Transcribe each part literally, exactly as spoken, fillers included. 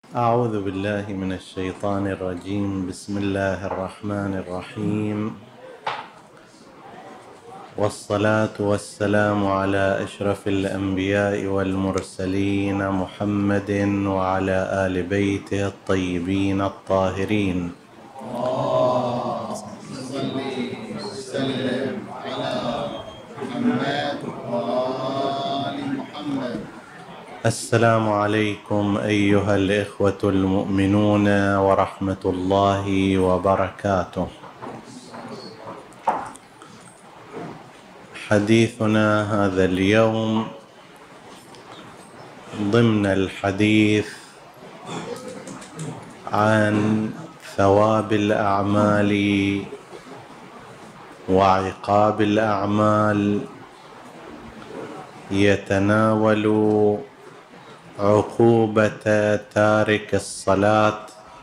أعوذ بالله من الشيطان الرجيم. بسم الله الرحمن الرحيم، والصلاة والسلام على أشرف الأنبياء والمرسلين محمد وعلى آل بيته الطيبين الطاهرين. اللهم صل وسلم على محمد وآل محمد. السلام عليكم أيها الإخوة المؤمنون ورحمة الله وبركاته. حديثنا هذا اليوم ضمن الحديث عن ثواب الأعمال وعقاب الأعمال، يتناول عقوبة تارك الصلاة.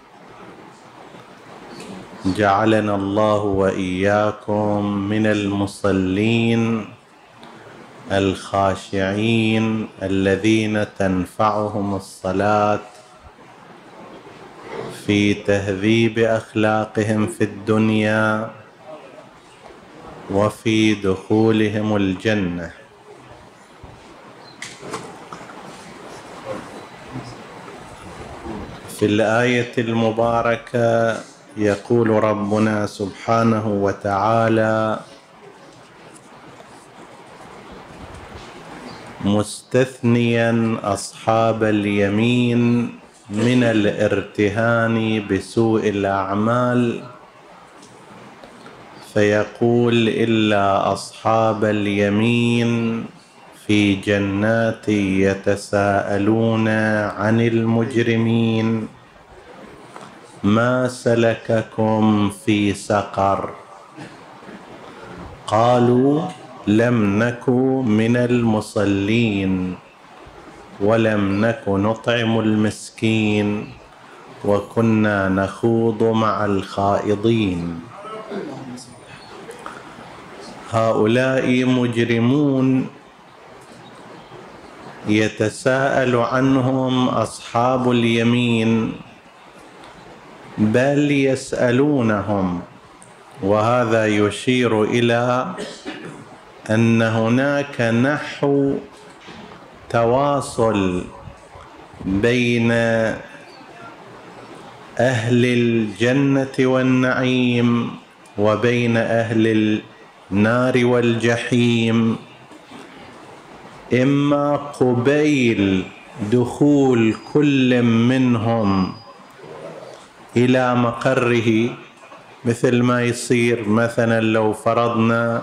جعلنا الله وإياكم من المصلين الخاشعين الذين تنفعهم الصلاة في تهذيب أخلاقهم في الدنيا وفي دخولهم الجنة. في الآية المباركة يقول ربنا سبحانه وتعالى مستثنيا أصحاب اليمين من الارتهان بسوء الأعمال، فيقول إلا أصحاب اليمين في جنات يتساءلون عن المجرمين ما سلككم في سقر؟ قالوا لم نك من المصلين ولم نك نطعم المسكين وكنا نخوض مع الخائضين. هؤلاء مجرمون يتساءل عنهم أصحاب اليمين، بل يسألونهم، وهذا يشير إلى أن هناك نحو تواصل بين أهل الجنة والنعيم وبين أهل النار والجحيم، إما قبيل دخول كل منهم إلى مقره، مثل ما يصير مثلا لو فرضنا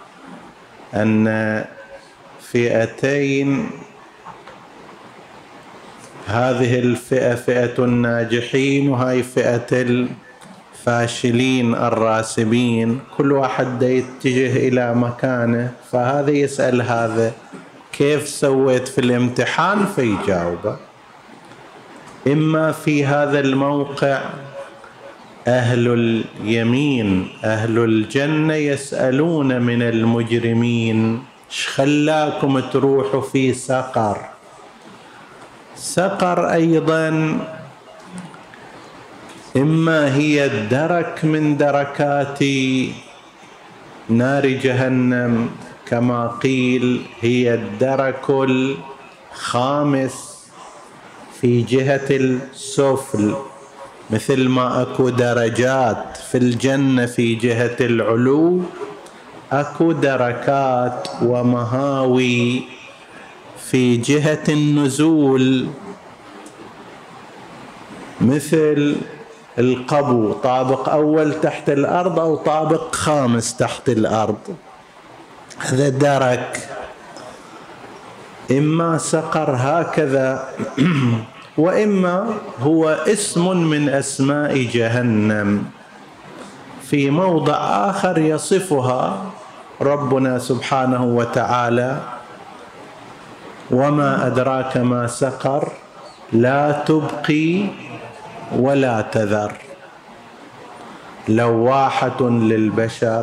أن فئتين، هذه الفئة فئة الناجحين وهاي فئة الفاشلين الراسبين، كل واحد يتجه إلى مكانه، فهذا يسأل هذا كيف سويت في الامتحان فيجاوبه. إما في هذا الموقع أهل اليمين أهل الجنة يسألون من المجرمين ايش خلاكم تروحوا في سقر؟ سقر أيضا إما هي الدرك من دركات نار جهنم، كما قيل هي الدرك الخامس في جهة السفل، مثل ما أكو درجات في الجنة في جهة العلو، أكو دركات ومهاوي في جهة النزول، مثل القبو، طابق أول تحت الأرض أو طابق خامس تحت الأرض، هذا درك. إما سقر هكذا وإما هو اسم من أسماء جهنم، في موضع آخر يصفها ربنا سبحانه وتعالى وما أدراك ما سقر لا تبقي ولا تذر، لواحة للبشر.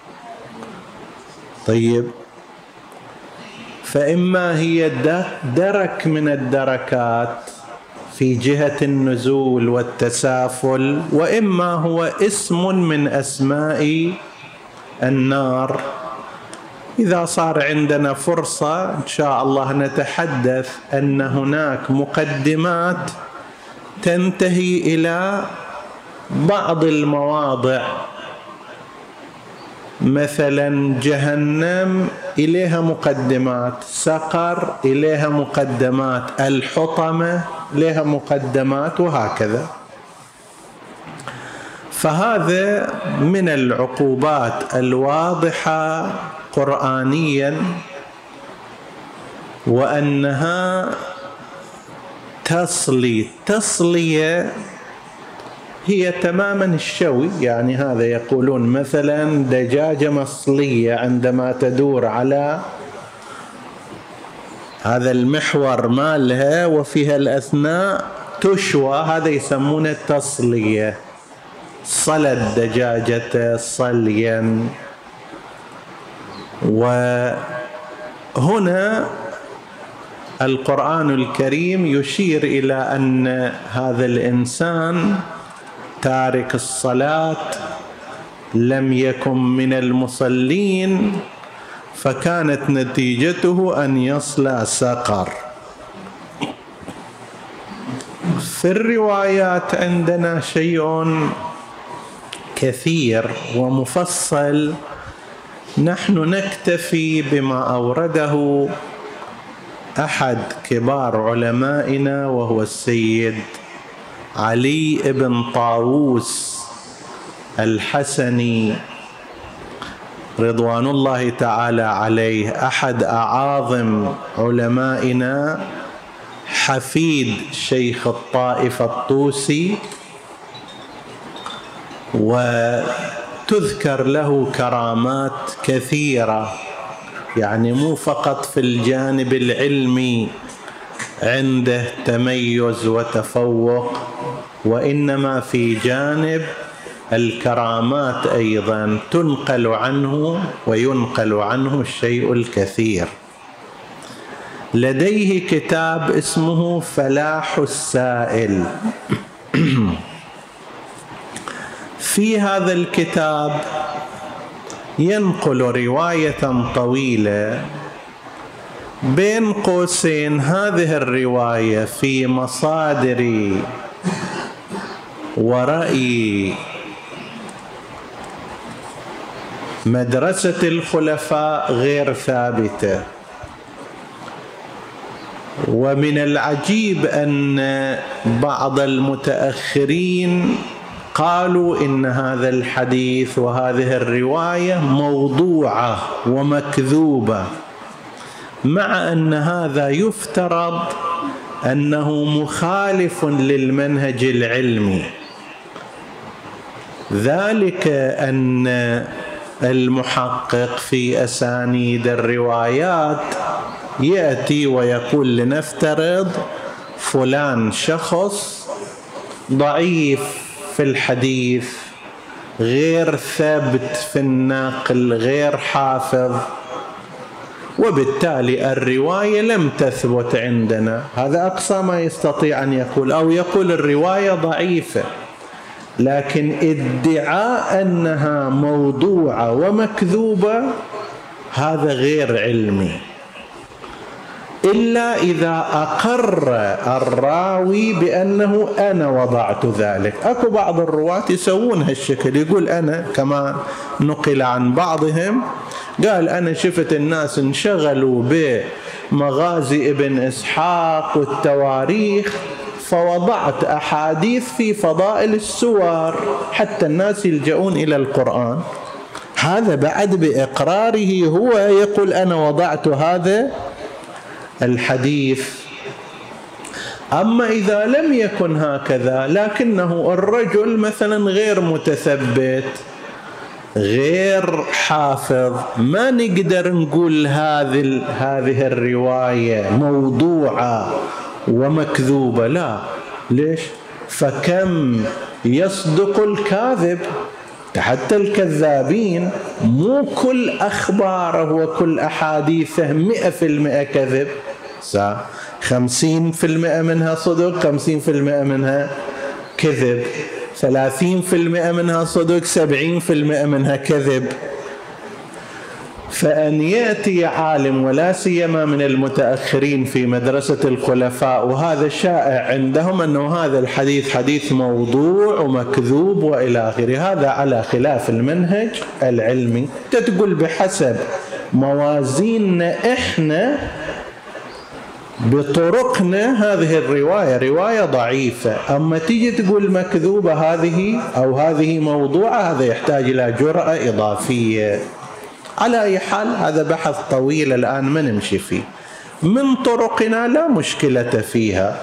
طيب، فإما هي درك من الدركات في جهة النزول والتسافل، وإما هو اسم من أسماء النار. إذا صار عندنا فرصة إن شاء الله نتحدث أن هناك مقدمات تنتهي إلى بعض المواضع، مثلا جهنم إليها مقدمات، سقر إليها مقدمات، الحطمة إليها مقدمات، وهكذا. فهذا من العقوبات الواضحة قرآنيا، وأنها تصلي تصلية هي تماما الشوي. يعني هذا يقولون مثلا دجاجة مصلية عندما تدور على هذا المحور مالها وفيها الأثناء تشوى، هذا يسمونه التصلية. صلى الدجاجة صليا. وهنا القرآن الكريم يشير إلى أن هذا الإنسان تارك الصلاة لم يكن من المصلين، فكانت نتيجته أن يصلى سقر. في الروايات عندنا شيء كثير ومفصل، نحن نكتفي بما أورده أحد كبار علمائنا وهو السيد علي بن طاووس الحسني رضوان الله تعالى عليه، أحد أعاظم علمائنا، حفيد شيخ الطائفة الطوسي، وتذكر له كرامات كثيرة، يعني مو فقط في الجانب العلمي عنده تميز وتفوق، وإنما في جانب الكرامات أيضا تنقل عنه وينقل عنه الشيء الكثير. لديه كتاب اسمه فلاح السائل. في هذا الكتاب ينقل رواية طويلة، بين قوسين هذه الرواية في مصادر ورأي مدرسة الخلفاء غير ثابتة. ومن العجيب أن بعض المتأخرين قالوا إن هذا الحديث وهذه الرواية موضوعة ومكذوبة، مع أن هذا يفترض أنه مخالف للمنهج العلمي. ذلك أن المحقق في أسانيد الروايات يأتي ويقول لنفترض فلان شخص ضعيف في الحديث، غير ثابت في النقل، غير حافظ، وبالتالي الرواية لم تثبت عندنا. هذا أقصى ما يستطيع أن يقول، أو يقول الرواية ضعيفة، لكن ادعاء أنها موضوعة ومكذوبة هذا غير علمي، إلا إذا أقر الراوي بأنه أنا وضعت ذلك. أكو بعض الرواة يسوون هالشكل، يقول أنا، كما نقل عن بعضهم، قال أنا شفت الناس انشغلوا بمغازي ابن إسحاق والتواريخ فوضعت أحاديث في فضائل السور حتى الناس يلجؤون إلى القرآن. هذا بعد بإقراره هو يقول أنا وضعت هذا الحديث. أما إذا لم يكن هكذا، لكنه الرجل مثلا غير متثبت، غير حافظ، ما نقدر نقول هذه هذه الرواية موضوعة ومكذوبة، لا. ليش؟ فكم يصدق الكاذب، حتى الكذابين مو كل أخباره وكل أحاديثه مئة في المئة كذب، خمسين في المئة منها صدق، خمسين في المئة منها كذب، ثلاثين في المئة منها صدق، سبعين في المئة منها كذب. فأن يأتي عالم ولا سيما من المتأخرين في مدرسة الخلفاء، وهذا شائع عندهم، أنه هذا الحديث حديث موضوع ومكذوب وإلى آخره، هذا على خلاف المنهج العلمي. تقول بحسب موازيننا إحنا بطرقنا هذه الرواية رواية ضعيفة، أما تيجي تقول مكذوبة هذه أو هذه موضوعة، هذا يحتاج إلى جرأة إضافية. على أي حال هذا بحث طويل الآن ما نمشي فيه. من طرقنا لا مشكلة فيها،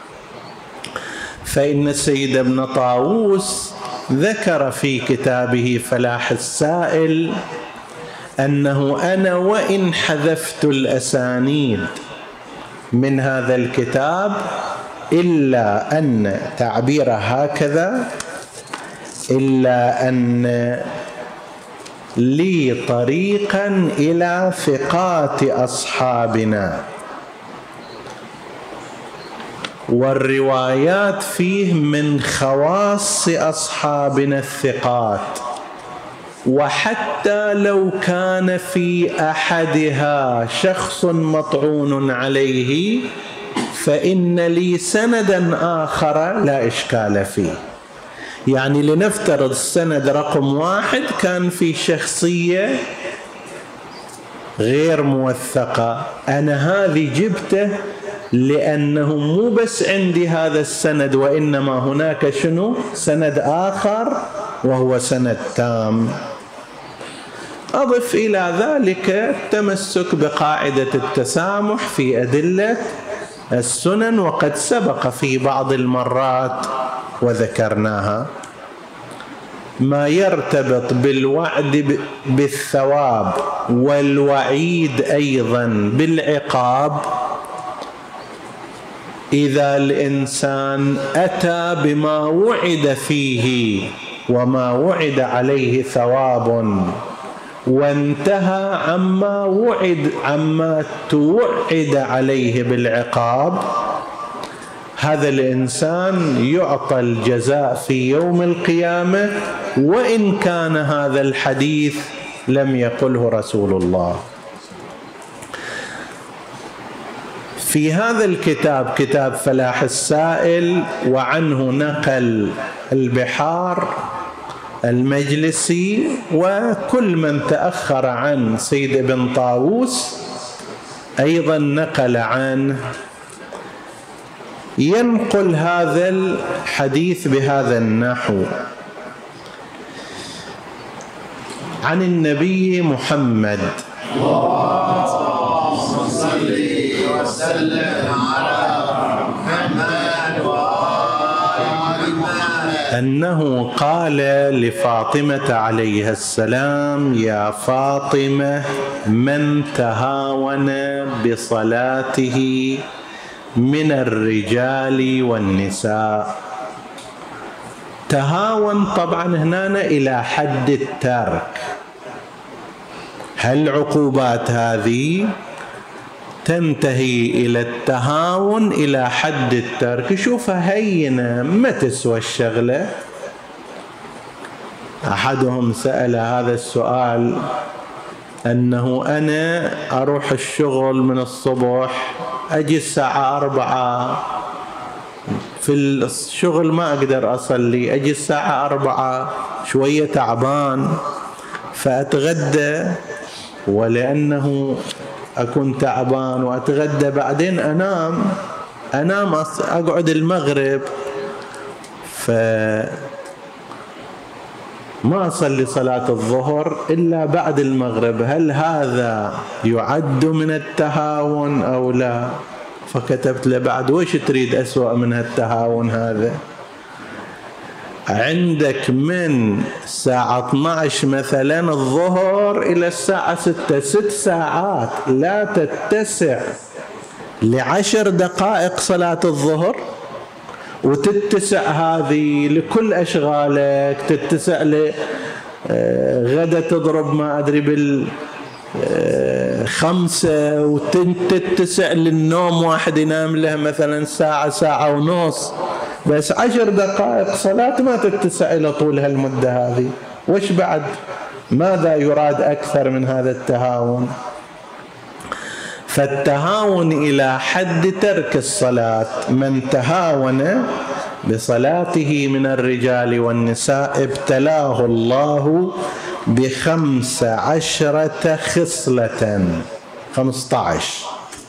فإن السيد ابن طاووس ذكر في كتابه فلاح السائل أنه أنا وإن حذفت الأسانيد من هذا الكتاب إلا أن تعبيره هكذا، إلا أن لي طريقا إلى ثقات أصحابنا، والروايات فيه من خواص أصحابنا الثقات، وحتى لو كان في أحدها شخص مطعون عليه فإن لي سندا آخر لا إشكال فيه. يعني لنفترض السند رقم واحد كان في شخصية غير موثقة، أنا هذه جبته لأنه مو بس عندي هذا السند، وإنما هناك شنو سند آخر وهو سند تام. أضف إلى ذلك التمسك بقاعدة التسامح في أدلة السنن، وقد سبق في بعض المرات وذكرناها. ما يرتبط بالوعد بالثواب والوعيد أيضا بالعقاب، إذا الإنسان أتى بما وعد فيه وما وعد عليه ثواب وانتهى عما وعد عما توعد عليه بالعقاب، هذا الإنسان يعطى الجزاء في يوم القيامة، وإن كان هذا الحديث لم يقله رسول الله. في هذا الكتاب كتاب فلاح السائل، وعنه نقل البحار المجلسي وكل من تأخر عن سيد ابن طاووس أيضا نقل عنه، ينقل هذا الحديث بهذا النحو: عن النبي محمد اللهم صل وسلم على محمد وآل محمد أنه قال لفاطمة عليها السلام: يا فاطمة، من تهاون بصلاته من الرجال والنساء. تهاون طبعا هنا إلى حد الترك. هل عقوبات هذه تنتهي إلى التهاون إلى حد الترك؟ شوفها هينة ما تسوى الشغلة. أحدهم سأل هذا السؤال أنه أنا أروح الشغل من الصبح، أجي الساعة أربعة، في الشغل ما أقدر أصلي، أجي الساعة أربعة شوية تعبان فأتغدى، ولأنه أكون تعبان وأتغدى بعدين أنام أنام أقعد المغرب، فما أصلي صلاة الظهر إلا بعد المغرب. هل هذا يعد من التهاون أو لا؟ فكتبت له بعد: وش تريد أسوأ من التهاون هذا؟ عندك من الساعة اثني عشر مثلا الظهر إلى الساعة ستة، ست ساعات لا تتسع لعشر دقائق صلاة الظهر، وتتسع هذه لكل أشغالك، تتسع لغدا تضرب ما أدري بالخبز خمسة وتتسع للنوم، واحد ينام له مثلا ساعة ساعة ونص، بس عشر دقائق صلاة ما تتسع إلى طول هالمدة هذه. وش بعد؟ ماذا يراد أكثر من هذا التهاون؟ فالتهاون إلى حد ترك الصلاة، من تهاون بصلاته من الرجال والنساء ابتلاه الله بخمس عشرة خصلة، خمسة عشر،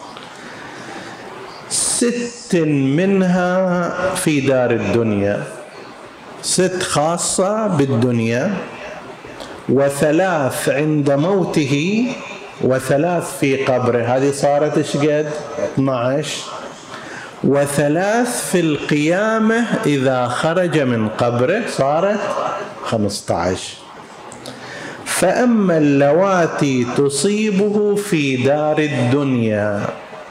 ست منها في دار الدنيا، ست خاصة بالدنيا، وثلاث عند موته، وثلاث في قبره، هذه صارت ايش قد؟ اثني عشر، وثلاث في القيامة إذا خرج من قبره صارت خمسة عشر. فأما اللواتي تصيبه في دار الدنيا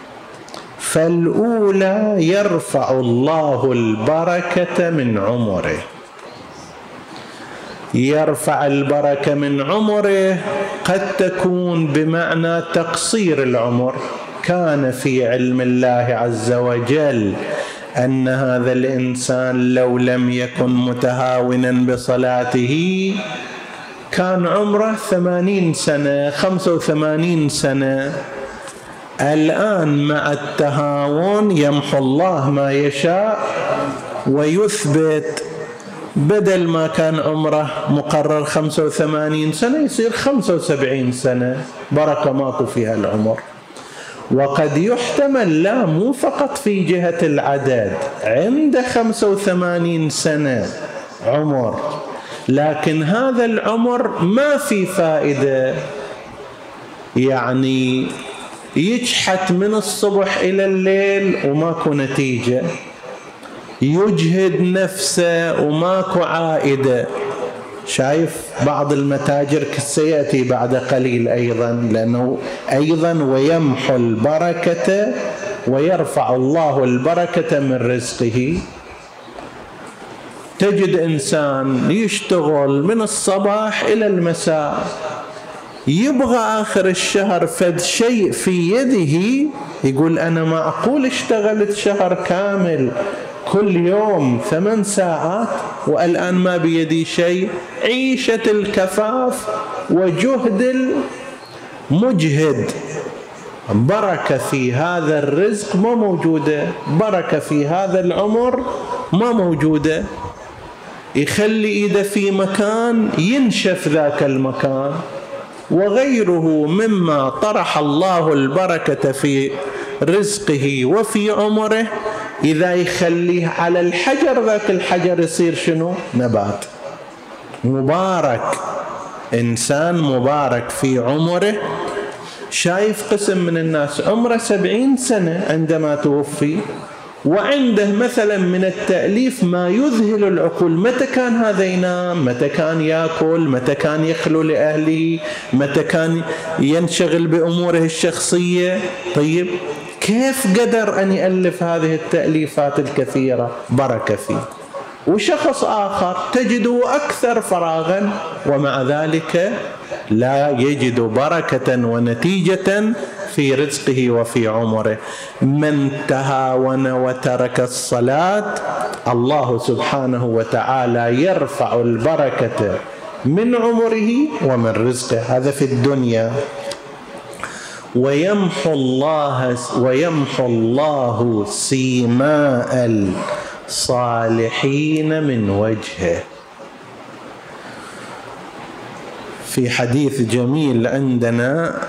فالأولى يرفع الله البركة من عمره. يرفع البركة من عمره قد تكون بمعنى تقصير العمر، كان في علم الله عز وجل أن هذا الإنسان لو لم يكن متهاونا بصلاته كان عمره ثمانين سنة، خمسة وثمانين سنة. الآن مع التهاون يمحو الله ما يشاء ويثبت، بدل ما كان عمره مقرر خمسة وثمانين سنة يصير خمسة وسبعين سنة، بركة ماكو فيها العمر. وقد يحتمل لا مو فقط في جهة العدد، عند خمسة وثمانين سنة عمر، لكن هذا العمر ما في فائدة، يعني يجحت من الصبح إلى الليل وماكو نتيجة، يجهد نفسه وماكو عائدة. شايف بعض المتاجر سيأتي بعد قليل أيضا، لأنه أيضا ويمحو البركة ويرفع الله البركة من رزقه. تجد إنسان يشتغل من الصباح إلى المساء، يبغى آخر الشهر فد شيء في يده، يقول أنا معقول اشتغلت شهر كامل كل يوم ثمان ساعات والآن ما بيدي شيء. عيشة الكفاف وجهد المجهد، بركة في هذا الرزق ما موجودة، بركة في هذا العمر ما موجودة. يخلي إيده في مكان ينشف ذاك المكان، وغيره مما طرح الله البركة في رزقه وفي عمره، إذا يخليه على الحجر ذاك الحجر يصير شنو؟ نبات مبارك، إنسان مبارك في عمره. شايف قسم من الناس عمره سبعين سنة عندما توفي، وعنده مثلا من التأليف ما يذهل العقول. متى كان هذا ينام؟ متى كان يأكل؟ متى كان يخلو لأهله؟ متى كان ينشغل بأموره الشخصية؟ طيب كيف قدر أن يألف هذه التأليفات الكثيرة؟ بركة فيه. وشخص آخر تجده أكثر فراغا ومع ذلك لا يجد بركة ونتيجة في رزقه وفي عمره. من تهاون وترك الصلاة الله سبحانه وتعالى يرفع البركة من عمره ومن رزقه، هذا في الدنيا. ويمحو الله ويمحو الله سيماء الصالحين من وجهه. في حديث جميل عندنا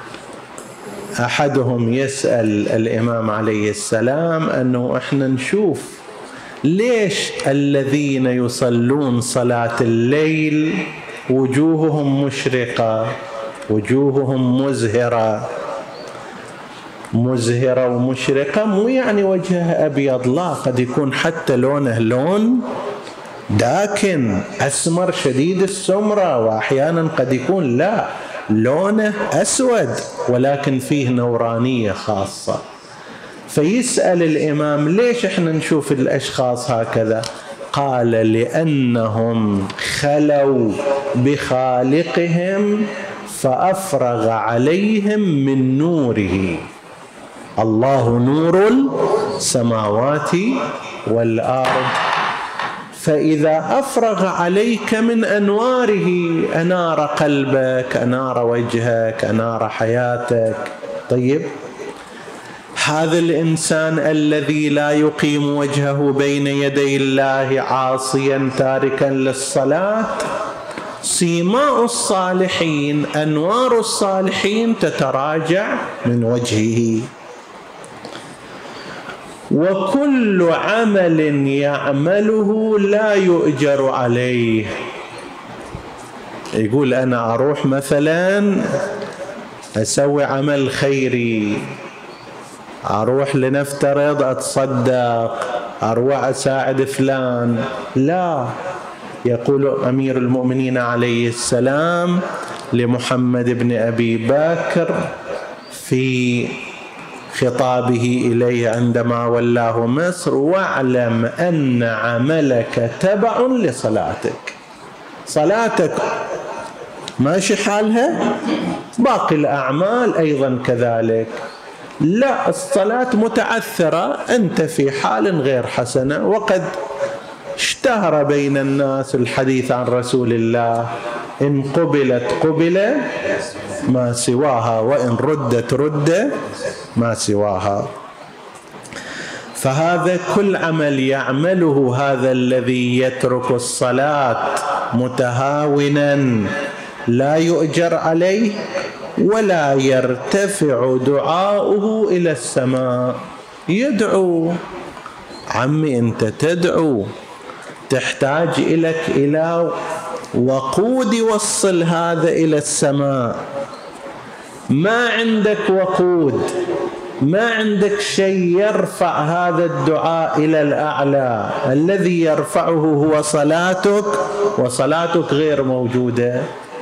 أحدهم يسأل الإمام عليه السلام أنه إحنا نشوف ليش الذين يصلون صلاة الليل وجوههم مشرقة، وجوههم مزهرة. مزهرة ومشرقة مو يعني وجهها أبيض، لا، قد يكون حتى لونه لون داكن أسمر شديد السمرة، وأحيانا قد يكون لا لونه أسود ولكن فيه نورانية خاصة. فيسأل الإمام ليش إحنا نشوف الأشخاص هكذا؟ قال لأنهم خلوا بخالقهم فأفرغ عليهم من نوره. الله نور السماوات والأرض، فإذا أفرغ عليك من أنواره أنار قلبك، أنار وجهك، أنار حياتك. طيب، هذا الإنسان الذي لا يقيم وجهه بين يدي الله عاصيا تاركا للصلاة، سيماء الصالحين، أنوار الصالحين تتراجع من وجهه. وكل عمل يعمله لا يؤجر عليه. يقول أنا أروح مثلا أسوي عمل خيري، أروح لنفترض أتصدق، أروح أساعد فلان، لا. يقول أمير المؤمنين عليه السلام لمحمد بن أبي بكر في خطابه إليه عندما ولاه مصر: واعلم أن عملك تبع لصلاتك. صلاتك ماشي حالها، باقي الأعمال أيضا كذلك. لا، الصلاة متعثرة، أنت في حال غير حسنة. وقد اشتهر بين الناس الحديث عن رسول الله: إن قبلت قبل ما سواها، وإن ردت رد ما سواها. فهذا كل عمل يعمله هذا الذي يترك الصلاة متهاونا لا يؤجر عليه ولا يرتفع دعاؤه إلى السماء. يدعو، عمي أنت تدعو، تحتاج إليك إلى وقود يوصل هذا إلى السماء. ما عندك وقود، ما عندك شيء يرفع هذا الدعاء إلى الأعلى. الذي يرفعه هو صلاتك، وصلاتك غير موجودة.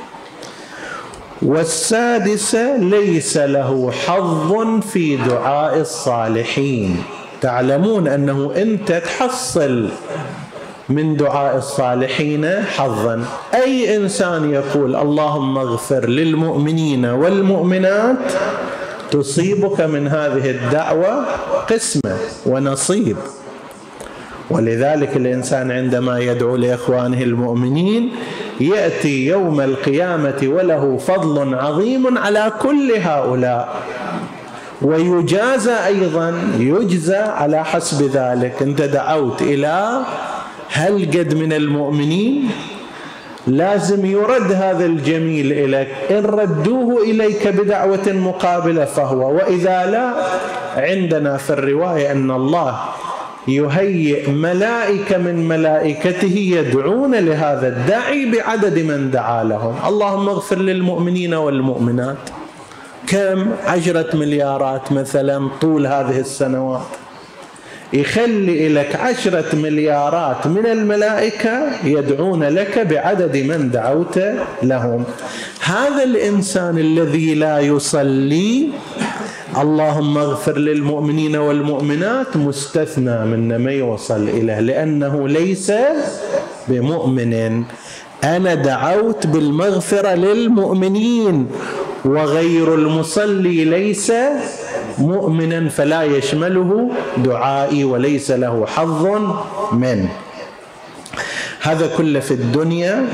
والسادسة: ليس له حظ في دعاء الصالحين. تعلمون أنه أنت تحصل من دعاء الصالحين حظا. أي إنسان يقول اللهم اغفر للمؤمنين والمؤمنات، تصيبك من هذه الدعوة قسمة ونصيب. ولذلك الإنسان عندما يدعو لإخوانه المؤمنين يأتي يوم القيامة وله فضل عظيم على كل هؤلاء، ويجازى أيضا، يجزى على حسب ذلك. أنت دعوت إلى هل قد من المؤمنين، لازم يرد هذا الجميل إليك. إن ردوه إليك بدعوة مقابلة فهو، وإذا لا، عندنا في الرواية أن الله يهيئ ملائكة من ملائكته يدعون لهذا الداعي بعدد من دعا لهم. اللهم اغفر للمؤمنين والمؤمنات، كم؟ عشرة مليارات مثلا طول هذه السنوات، يخلي لك عشرة مليارات من الملائكة يدعون لك بعدد من دعوت لهم. هذا الإنسان الذي لا يصلي اللهم اغفر للمؤمنين والمؤمنات مستثنى من ما يوصل إليه، لأنه ليس بمؤمن. أنا دعوت بالمغفرة للمؤمنين، وغير المصلي ليس مؤمنا، فلا يشمله دعائي وليس له حظ منه. هذا كله في الدنيا.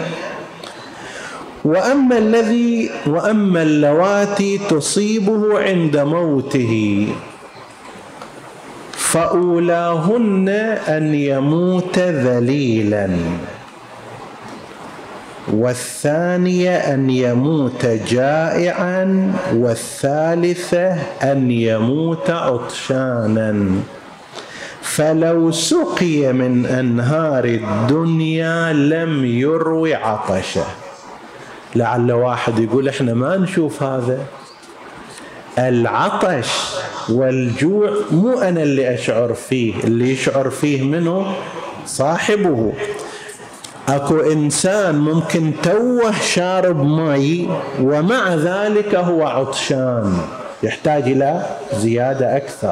وأما الذي وأما اللواتي تصيبه عند موته فأولاهن أن يموت ذليلا، والثانية أن يموت جائعا، والثالثة أن يموت عطشانا. فلو سقي من أنهار الدنيا لم يروي عطشه. لعل واحد يقول احنا ما نشوف هذا. العطش والجوع مو أنا اللي أشعر فيه، اللي يشعر فيه منه صاحبه. أكو إنسان ممكن توه شارب ماء ومع ذلك هو عطشان، يحتاج إلى زيادة أكثر.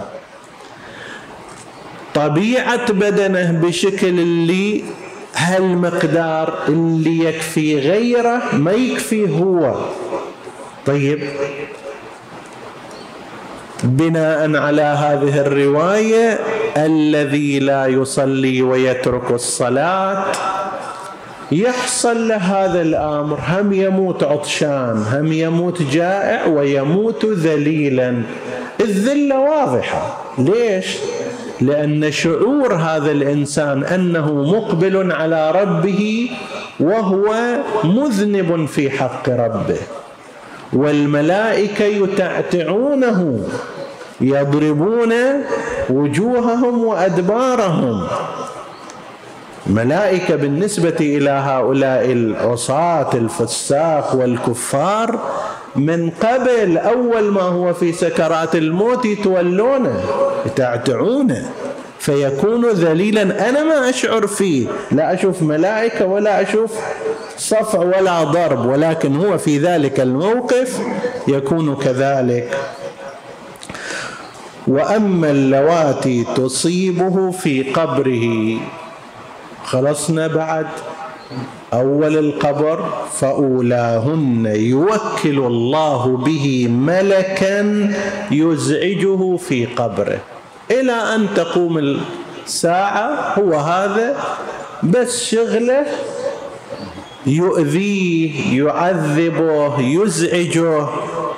طبيعة بدنه بشكل اللي هالمقدار اللي يكفي غيره ما يكفي هو. طيب، بناء على هذه الرواية الذي لا يصلي ويترك الصلاة يحصل له هذا الأمر، هم يموت عطشان، هم يموت جائع، ويموت ذليلا. الذلة واضحة. ليش؟ لأن شعور هذا الإنسان أنه مقبل على ربه وهو مذنب في حق ربه، والملائكة يتعتعونه يضربون وجوههم وأدبارهم. ملائكة بالنسبة إلى هؤلاء العصاة الفساق والكفار من قبل أول ما هو في سكرات الموت يتولونه يتعتعونه، فيكون ذليلا. أنا ما أشعر فيه، لا أشوف ملائكة ولا أشوف صفع ولا ضرب، ولكن هو في ذلك الموقف يكون كذلك. وأما اللواتي تصيبه في قبره، خلصنا بعد أول القبر، فأولاهن يوكل الله به ملكا يزعجه في قبره إلى أن تقوم الساعة. هو هذا بس شغله، يؤذيه يعذبه يزعجه.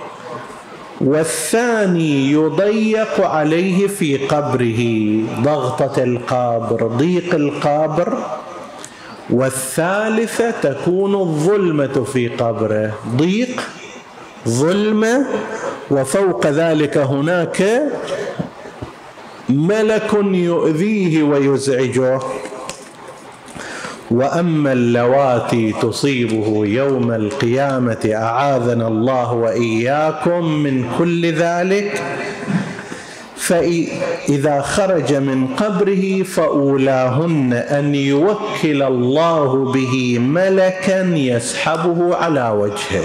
والثاني يضيق عليه في قبره، ضغطة القبر، ضيق القبر. والثالثة تكون الظلمة في قبره، ضيق، ظلمة، وفوق ذلك هناك ملك يؤذيه ويزعجه. وأما اللواتي تصيبه يوم القيامة، أعاذنا الله وإياكم من كل ذلك، فإذا خرج من قبره فأولاهن أن يوكل الله به ملكا يسحبه على وجهه،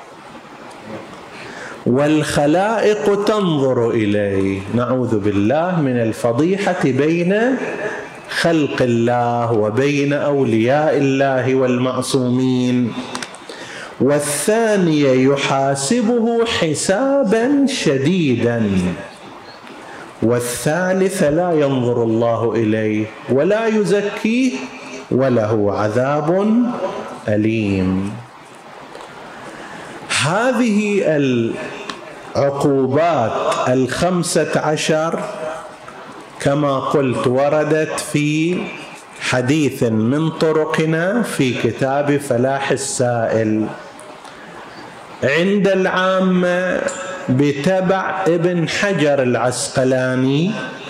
والخلائق تنظر إليه. نعوذ بالله من الفضيحة بين خلق الله وبين أولياء الله والمعصومين. والثانية يحاسبه حسابا شديدا. والثالث لا ينظر الله إليه ولا يزكيه وله عذاب أليم. هذه العقوبات الخمسة عشر كما قلت وردت في حديث من طرقنا في كتاب فلاح السائل، عند العامة بتبع ابن حجر العسقلاني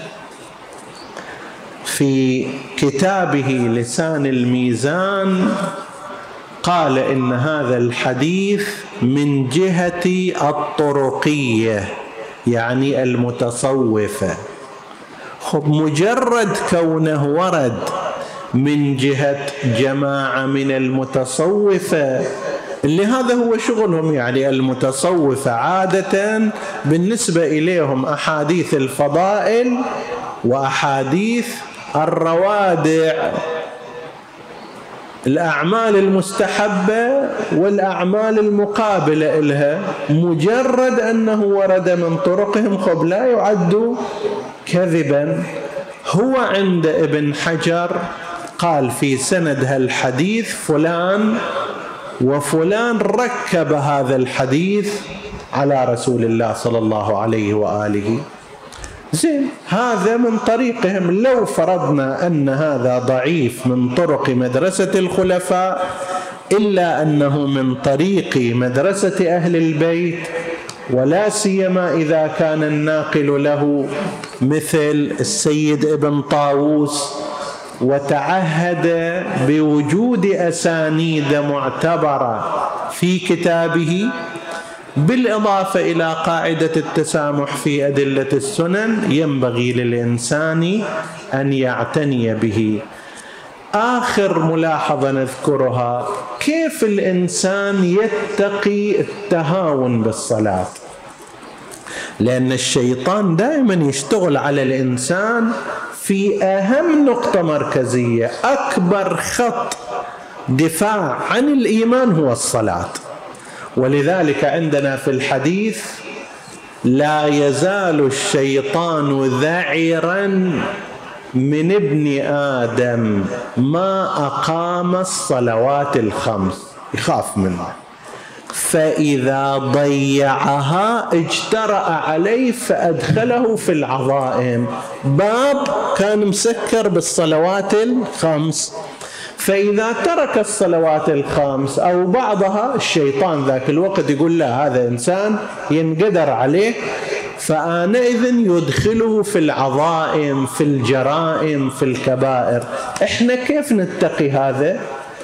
في كتابه لسان الميزان، قال إن هذا الحديث من جهة الطرقية، يعني المتصوفة. خب مجرد كونه ورد من جهة جماعة من المتصوفة اللي هذا هو شغلهم، يعني المتصوفة عادة بالنسبة إليهم أحاديث الفضائل وأحاديث الروادع، الأعمال المستحبة والأعمال المقابلة إلها، مجرد أنه ورد من طرقهم خب لا يعد كذبا. هو عند ابن حجر قال في سند هالحديث فلان وفلان ركب هذا الحديث على رسول الله صلى الله عليه وآله. زين، هذا من طريقهم. لو فرضنا أن هذا ضعيف من طرق مدرسة الخلفاء، إلا أنه من طريق مدرسة أهل البيت، ولا سيما إذا كان الناقل له مثل السيد ابن طاووس وتعهد بوجود أسانيد معتبرة في كتابه، بالإضافة إلى قاعدة التسامح في أدلة السنن، ينبغي للإنسان أن يعتني به. آخر ملاحظة نذكرها، كيف الإنسان يتقي التهاون بالصلاة؟ لأن الشيطان دائما يشتغل على الإنسان في أهم نقطة مركزية. أكبر خط دفاع عن الإيمان هو الصلاة، ولذلك عندنا في الحديث: لا يزال الشيطان ذعرا من ابن آدم ما أقام الصلوات الخمس، يخاف منه، فإذا ضيعها اجترأ عليه فأدخله في العظائم. باب كان مسكر بالصلوات الخمس، فإذا ترك الصلوات الخمس أو بعضها الشيطان ذاك الوقت يقول لا هذا إنسان ينقدر عليه، فآنئذ يدخله في العظائم، في الجرائم، في الكبائر. إحنا كيف نتقي هذا؟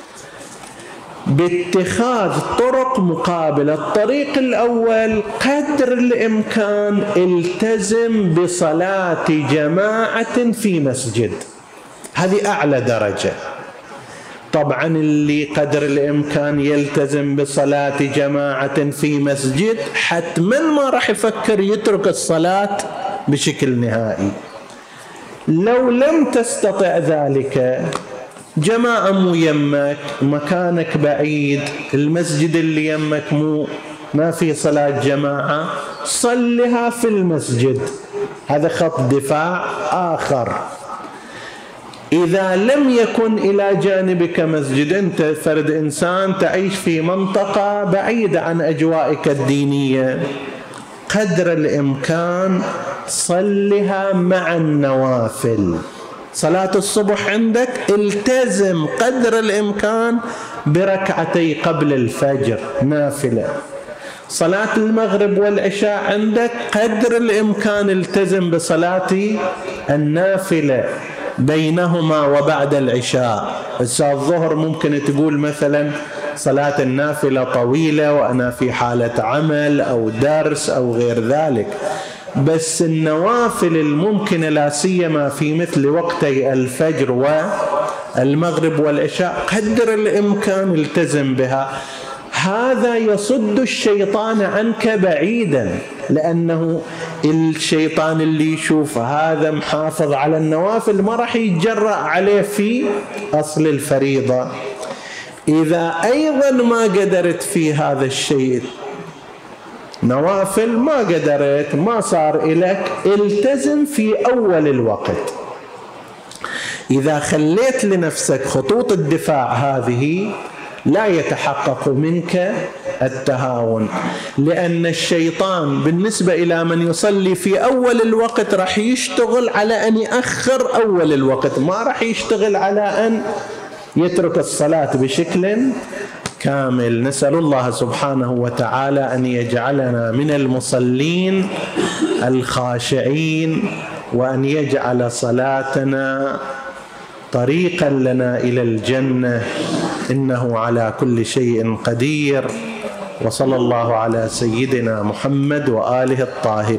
باتخاذ طرق مقابلة. الطريق الأول قدر الإمكان التزم بصلاة جماعة في مسجد، هذه أعلى درجة. طبعا اللي قدر الإمكان يلتزم بصلاة جماعة في مسجد حتما ما راح يفكر يترك الصلاة بشكل نهائي. لو لم تستطع ذلك، جماعة مو يمك، مكانك بعيد، المسجد اللي يمك مو ما في صلاة جماعة، صلها في المسجد، هذا خط دفاع آخر. إذا لم يكن إلى جانبك مسجد، أنت فرد إنسان تعيش في منطقة بعيدة عن أجوائك الدينية، قدر الإمكان صلها مع النوافل. صلاة الصبح عندك التزم قدر الإمكان بركعتي قبل الفجر نافلة. صلاة المغرب والعشاء عندك قدر الإمكان التزم بصلاة النافلة بينهما وبعد العشاء. الساعة الظهر ممكن تقول مثلا صلاة النافلة طويلة وأنا في حالة عمل أو درس أو غير ذلك، بس النوافل الممكنة لا سيما في مثل وقتي الفجر والمغرب والعشاء قدر الإمكان التزم بها. هذا يصد الشيطان عنك بعيدا، لأنه الشيطان اللي يشوف هذا محافظ على النوافل ما راح يتجرأ عليه في أصل الفريضة. إذا أيضا ما قدرت في هذا الشيء، نوافل ما قدرت، ما صار إليك، التزم في أول الوقت. إذا خليت لنفسك خطوط الدفاع هذه لا يتحقق منك التهاون، لأن الشيطان بالنسبة إلى من يصلي في أول الوقت راح يشتغل على أن يأخر أول الوقت، ما راح يشتغل على أن يترك الصلاة بشكل كامل. نسأل الله سبحانه وتعالى أن يجعلنا من المصلين الخاشعين، وأن يجعل صلاتنا طريقا لنا إلى الجنة، إنه على كل شيء قدير. وصلى الله على سيدنا محمد وآله الطاهرين.